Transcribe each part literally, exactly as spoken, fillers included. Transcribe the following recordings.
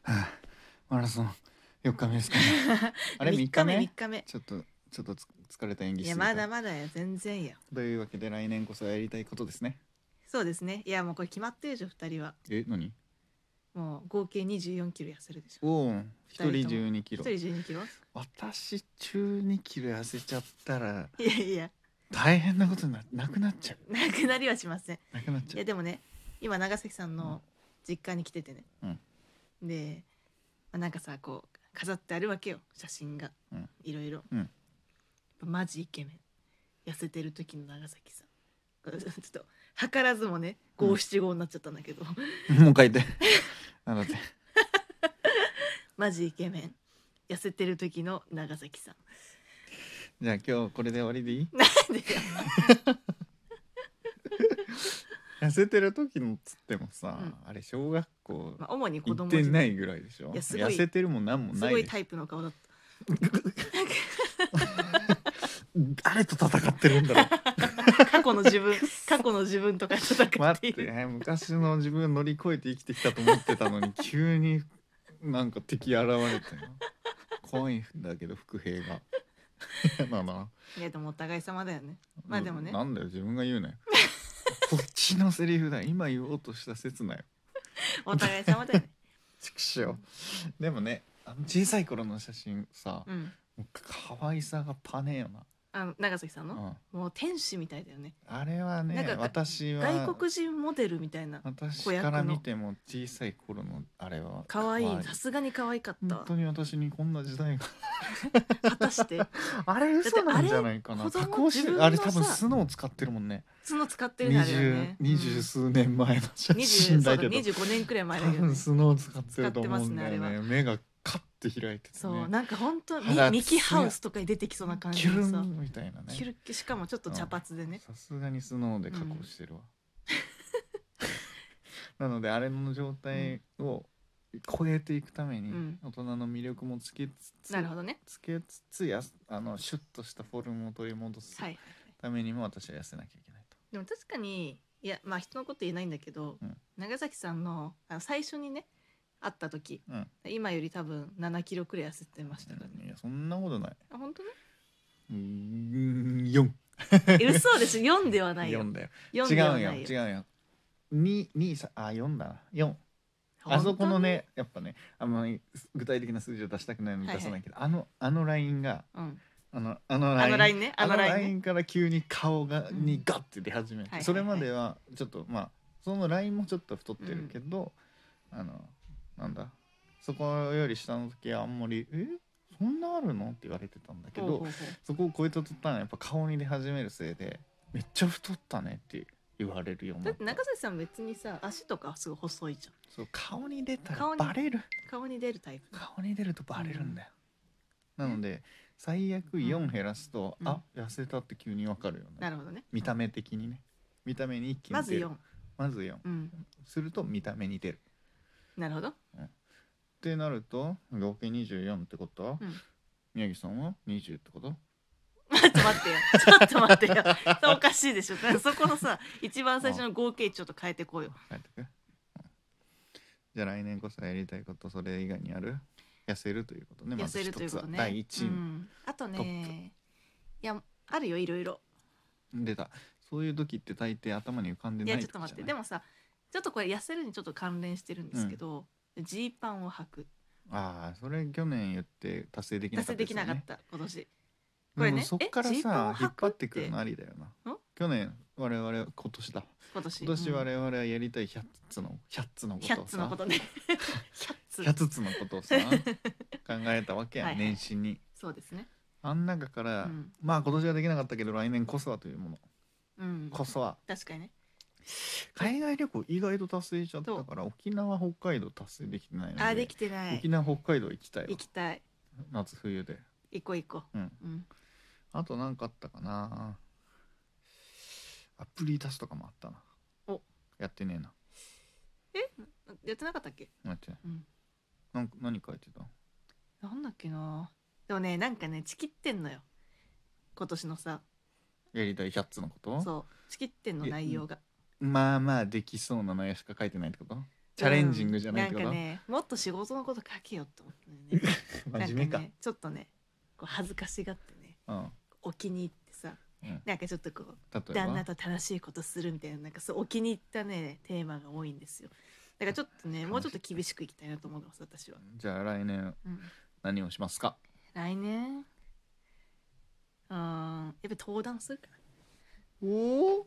はあ、マラソンよっかめですかね。あれみっかめみっかめみっかめ。 ちょっとちょっとつ疲れた演技いやしすぎた。 まだまだよ、全然よ。 というわけで来年こそやりたいことですね。 そうですね。いやもうこれ決まってるでしょ、ふたりは。 え、何？ もう合計にじゅうよんキロ痩せるでしょ。 おお、一人二ともじゅうにキロ。 一人じゅうにキロ。 私じゅうにキロ痩せちゃったらいやいや、 大変なことにななくなっちゃう。 なくなりはしません。 なくなっちゃう。 いやでもね、今長崎さんの実家に来ててね。 うんで、まあ、なんかさ、こう飾ってあるわけよ、写真が。 うんいろいろ。 うんマジイケメン。痩せてる時の長崎さん。ちょっと図らずもね、五七五になっちゃったんだけど。 もう書いて。あだって。 マジイケメン。痩せてる時の長崎さん。 じゃあ今日これで終わりでいい？ なんでよ。 痩せてる時のっつってもさ、 うんあれ小学校まあ、主に子行供ってないぐらいでしょ。 いやすごい痩せてるもんなんもすないでしょ。 ごいタイプの顔だった。 誰と戦ってるんだろう。 過去の自分過去の自分とか戦って待って、 いる。 昔の自分乗り越えて生きてきたと思ってたのに急になんか敵現れたよ。怖いんだけど伏兵が。やだな。 いやでもお互い様だよね。まあでもね、 なんだよ自分が言うなよ。こっちのセリフだ。今言おうとした説なよ。 お互い様だよね。 畜生。でもね、あの小さい頃の写真さ、 うん。 もう可愛さがパネよな。 あの長崎さんの、 うん、 もう天使みたいだよね。 あれはね、 なんか私は外国人モデルみたいな。 私から見ても小さい頃のあれは可愛い。さすがに可愛かった本。当に私にこんな時代が果たしてあれ嘘なんじゃないかな。 だってあれ加工して子供自分のさあれ多分スノー使ってるもんね。 角使ってるのあれだよね。 二十数年前の写二十真だけど、 二十五年くらい前多だけど、ね分。スノー使ってると思うんだよね。 使ってますねあれは目がカッて開いてて、ね、 そうなんか本当肌ミキハウスとかに出てきそうな感じキュルのさ、 ンみたいなね。 キュルッしかもちょっと茶髪でね。 さすがにスノーで加工してるわ、うん、なのであれの状態を超えていくために、 うん、 大人の魅力もつけつつ、 なるほどね、 つけつつやあのシュッとしたフォルムを取り戻すためにも私は痩せなきゃいけないと。 でも確かにいやまあ人のこと言えないんだけど、 うん、長崎さんのあの最初にね会った時、 うん、 今より多分ななキロくらい痩せてましたからね、 うん、いやそんなことない。 あ本当にうーんよん嘘でしょ。よんではないよ。 よんだよ。 よん違うよではないよ。 違うよ。に、に、さあよんだな。よん。あそこのねやっぱねあんまり具体的な数字を出したくないので出さないけど、はいはい、あのあのラインが、うん、あのあのライン、あのラインね、あのラインから急に顔が、うん、にガッて出始めて、はいはいはい、それまではちょっとまあそのラインもちょっと太ってるけど、うん、あのなんだそこより下の時はあんまりえそんなあるのって言われてたんだけど、ほうほうほう、そこを超えた途端やっぱ顔に出始めるせいでめっちゃ太ったねって言われるようになった。 だって中崎さん別にさ足とかすごい細いじゃん。 そう顔に出たらバレる。 顔に出るタイプ。 顔に出るとバレるんだよ、うん、なので最悪よん減らすと、うん、あ痩せたって急に分かるよね。 なるほどね。 見た目的にね、見た目に一気にまずよんまずよん、うん、すると見た目に出る。 なるほど、 うん、ってなると合計にじゅうよんってことは、うん、宮城さんはにじゅうってこと？ ちょっと待ってよちょっと待ってよおかしいでしょ。そこのさ一番最初の合計値ちょっと変えてこうよ。 変えてく、うん、じゃあ来年こそやりたいことそれ以外にある？痩せるということね。 痩せるということね。 だいいちい、うん、 あとねいやあるよいろいろ。 出た。そういう時って大抵頭に浮かんでない。 いやちょっと待って、でもさちょっとこれ痩せるにちょっと関連してるんですけど、ジー、パンを履く。 ああそれ去年言って達成できなかったですよね。 達成できなかった今年。 これね、そっからさ引っ張ってくるのありだよな。去年我々今年だ今年今年我々はやりたいひゃっつのひゃっつのことをさひゃっつのことねひゃっつのことをさ考えたわけやん、はいはい、年始に。 そうですね。 あん中から、うん、まあ今年はできなかったけど来年こそはというもの、うん、こそは確かにね。 海外旅行意外と達成しちゃったから沖縄北海道達成できてないので。 あできてない。 沖縄北海道行きたいわ。 行きたい。 夏冬で行こう行こう。うん、 うん、あと何かあったかな。アプリ出すとかもあったな。おやってねえな。 えやってなかったっけ？ やってない、うん、なん何書いてた？ なんだっけな。でもねなんかねちきってんのよ今年のさやりたいひゃっつのこと。 そうちきってんの内容が。 まあまあできそうな内容しか書いてないってこと？ チャレンジングじゃないってこと、 なんかねもっと仕事のこと書けよって思ったね真面目か、 ね、ちょっとねこう恥ずかしがってね、 うん、 お気に入ってさ、うん、なんかちょっとこう例えば旦那と楽しいことするみたいな、なんかそうお気に入ったねテーマが多いんですよ。だからちょっとねもうちょっと厳しくいきたいなと思います私は。 じゃあ来年何をしますか、 うん、来年うんやっぱ登壇するかな。 おお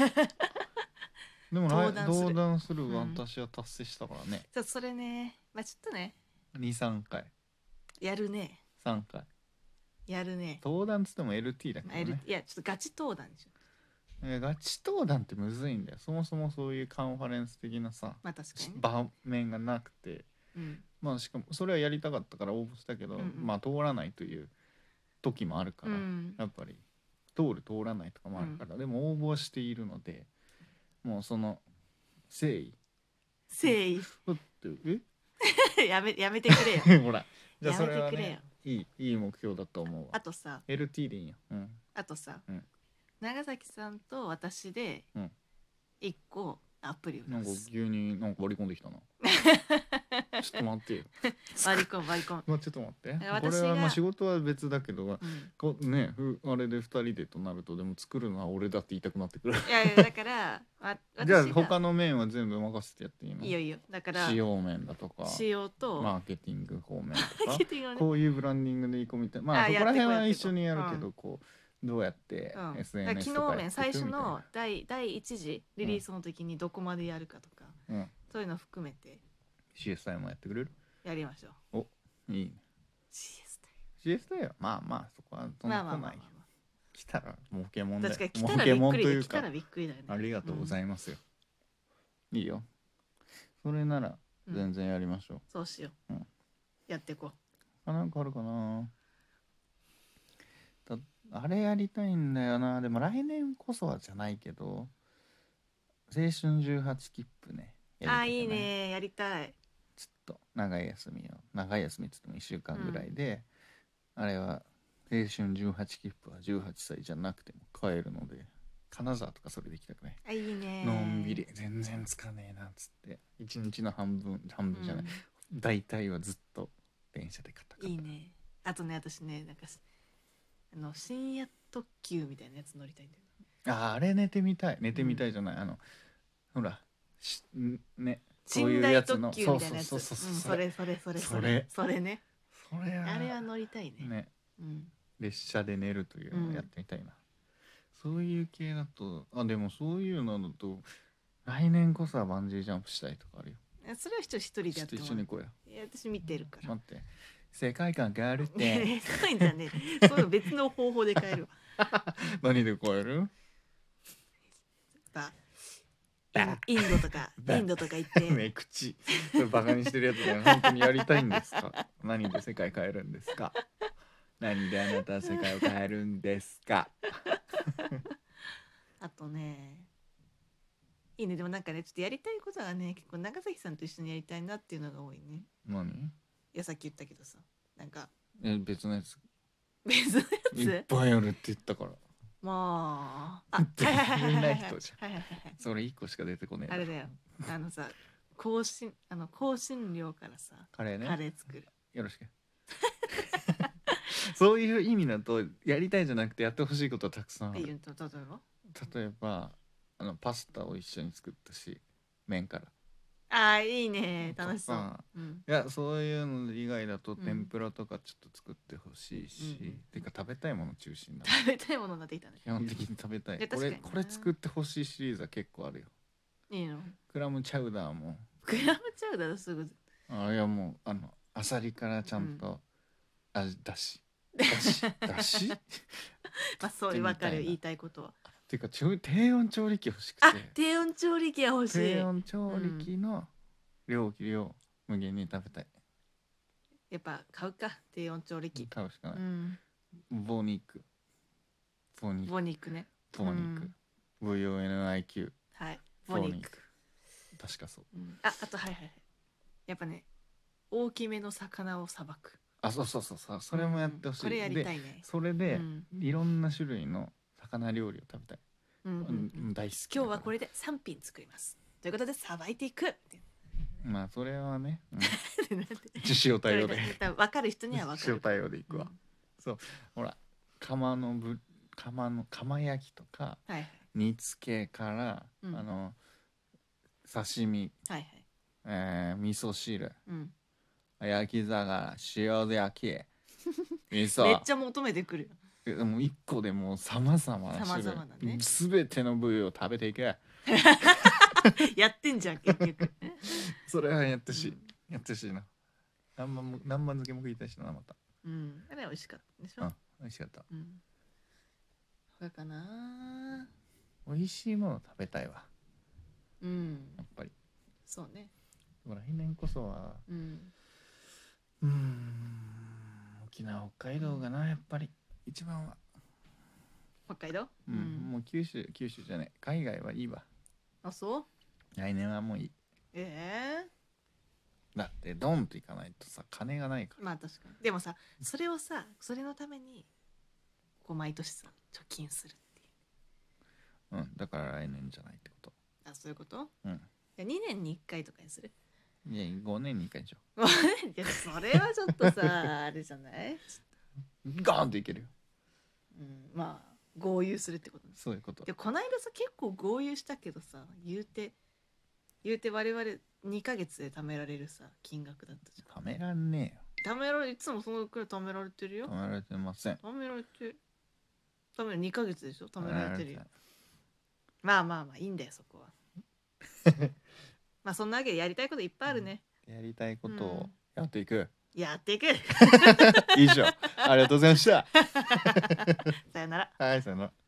でも登壇する登壇する私は達成したからね、 うん、それねまあちょっとねにさんかいやるねさんかいやるね登壇つっても エルティー だけどね、 まあ、L、いやちょっとガチ登壇でしょ。 えガチ登壇ってむずいんだよ。そもそもそういうカンファレンス的なさ、 まあ確かに、 場面がなくて、うん、まあしかもそれはやりたかったから応募したけど、うんうん、まあ通らないという時もあるから、うん、やっぱり通る通らないとかもあるから、うん、でも応募はしているので、もうその誠意誠意だってえやめやめてくれよほらじゃあそれはねいいいい目標だと思うわ。 あとさエルティー でいいよ、うん、 あとさ、うん、長崎さんと私で一個アプリを出す。 なんか急になんか割り込んできたなちょっと待ってよ割り込む割り込むまあちょっと待って、これはまあ仕事は別だけど、うん、こねあれでふたりでとなるとでも作るのは俺だって言いたくなってくるいやいやだからじゃあ他の面は全部任せてやっていいの？ いいよいいよ。だから仕様面だとか仕様とマーケティング方面とか、ね、こういうブランディングでいこうみたいな、まあそこら辺は一緒にやるけど、こうどうやって、うん、エスエヌエス とかやっていくみたいな、 機能面最初の第第一次リリースの時にどこまでやるかとか、うん、そういうの含めてシーエス タイもやってくれる？ やりましょう。お、いいね。シーエス タイ。シーエス タイはまあまあそこはとんでもない。来たら儲けもんだよ。 確かに来たらびっくりで来たらびっくりだよね。 ありがとうございますよ。うん、いいよ。それなら全然やりましょう。うん、 そうしよう。うん、やっていこう。あ、なんかあるかな。だあれやりたいんだよな。でも来年こそはじゃないけど、青春じゅうはち切符ね。 やりたいね。あ、いいね。やりたい。 ちょっと長い休みを長い休みっつってもいっしゅうかんぐらいで、うん、あれは青春じゅうはち切符はじゅうはっさいじゃなくても買えるので、金沢とかそれで行きたくない？ あ、いいね。 のんびり全然つかねえなっつっていちにちの半分半分じゃない、うん、大体はずっと電車でカタカタ。 いいね。あとね私ねなんかあの深夜特急みたいなやつ乗りたいんだよ。 ああ、あれ寝てみたい寝てみたいじゃない、うん、あのほらしね寝台特急みたいなやつ。そうそうそうそう、それそれそれそれそれね。それあれは乗りたいね。ね、 うん、列車で寝るというのをやってみたいな、うん、そういう系だとあでもそういうのだと来年こそはバンジージャンプしたいとかあるよ。 それは一人でやっても一緒に行こうよ。 いや私見てるから。 待って世界観変わるってそういうんじゃねえ。そういう別の方法で変えるわ。 何で変える？ インドとかインドとか行ってね口それバカにしてるやつだよ。本当にやりたいんですか？何で世界変えるんですか？何であなたは世界を変えるんですか？ あとねいいね。でもなんかねちょっとやりたいことはね結構長崎さんと一緒にやりたいなっていうのが多いね。 何？いやさっき言ったけどさなんかえ別のやつ別のやついっぱいあるって言ったから。 まあ、あ、 全然ない人じゃん。それ一個しか出てこねえ。 あれだよ。あのさ、香辛あの香辛料からさ、 カレーね。 カレー作る。 よろしく。そういう意味だとやりたいじゃなくてやってほしいことはたくさんある。例えば？ 例えばあのパスタを一緒に作ったし、麺から。 ああいいね楽しそう。 うん、いやそういうの以外だと天ぷらとかちょっと作ってほしいし、うん、てか食べたいもの中心だ。 食べたいものになってきたね。 基本的に食べたい。これこれ作ってほしいシリーズは結構あるよ。 いいの？ クラムチャウダーも。 クラムチャウダーすぐ。 あいやもうあのアサリからちゃんと味だし、だしだし。 まあそうわかる言いたいことは。 ていうか低温調理器欲しくて。あ低温調理器は欲しい。 低温調理器の、うん料理を無限に食べたい。 やっぱ買うか低温調理器。 買うしかない。うん、ボニック。 ボニック。ボニックね。 ボニック。ブイオーエヌアイキュー。 はい。ボニック。 確かそう。 うん、ああとはいはいはい。やっぱね大きめの魚をさばく。 あそうそうそうそうそれもやってほしい、 うん。これやりたいね。 それで、うん、いろんな種類の魚料理を食べたい。うん、うん、大好き。 今日はこれでさん品作ります。ということでさばいていく。 まあそれはね、うん、 なんで塩対応で分かる人には分かる。 塩対応でいくわ、 うん、 そうほら釜のぶ釜の釜焼きとか、 はいはい、 煮付けから、うん、あの刺身、 はいはい、 えー、味噌汁、 うん、 焼き魚、塩焼き味噌めっちゃ求めてくるよ。もう一個でもうさまざまな種類、 様々なね、 全ての部位を食べていけやってんじゃん結局それはやってしい、うん、やってしいな。南蛮も南蛮漬けも食いたいしなまた。 うん、あれ美味しかったでしょ。うん、 美味しかった。 うん。他かな。 美味しいもの食べたいわ。 うん。 やっぱり。 そうね。 来年こそは。うん。うーん。沖縄北海道がなやっぱり一番は。 北海道？ うん。うん、もう九州九州じゃない海外はいいわ。 あ、そう？ 来年はもういい。 ええー。 だってドンといかないとさ金がないから。 まあ確かに。でもさそれをさそれのためにこう毎年さ貯金するっていう。 うん、だから来年じゃないってこと。 あ、そういうこと？ うん。 いやにねんにいっかいとかにする？ いやごねんにいっかいでしょ。 いやそれはちょっとさあれじゃない？ ガーンといけるよ。 うん、まあ豪遊するってことね。 そういうこと。 でこの間さ結構豪遊したけどさ言うて言うて我々にかげつで貯められるさ金額だったじゃん。 貯めらんねえよ。貯められいつもそのくらい貯められてるよ。 貯められてません。 貯められてる。貯めにかげつでしょ。貯められてるよ。まあまあまあいいんだよそこは。まあそんなわけでやりたいこといっぱいあるね。 うん、やりたいことをやっていく。 うん、やっていく。 以上ありがとうございました。 さよなら。 はい、さよなら。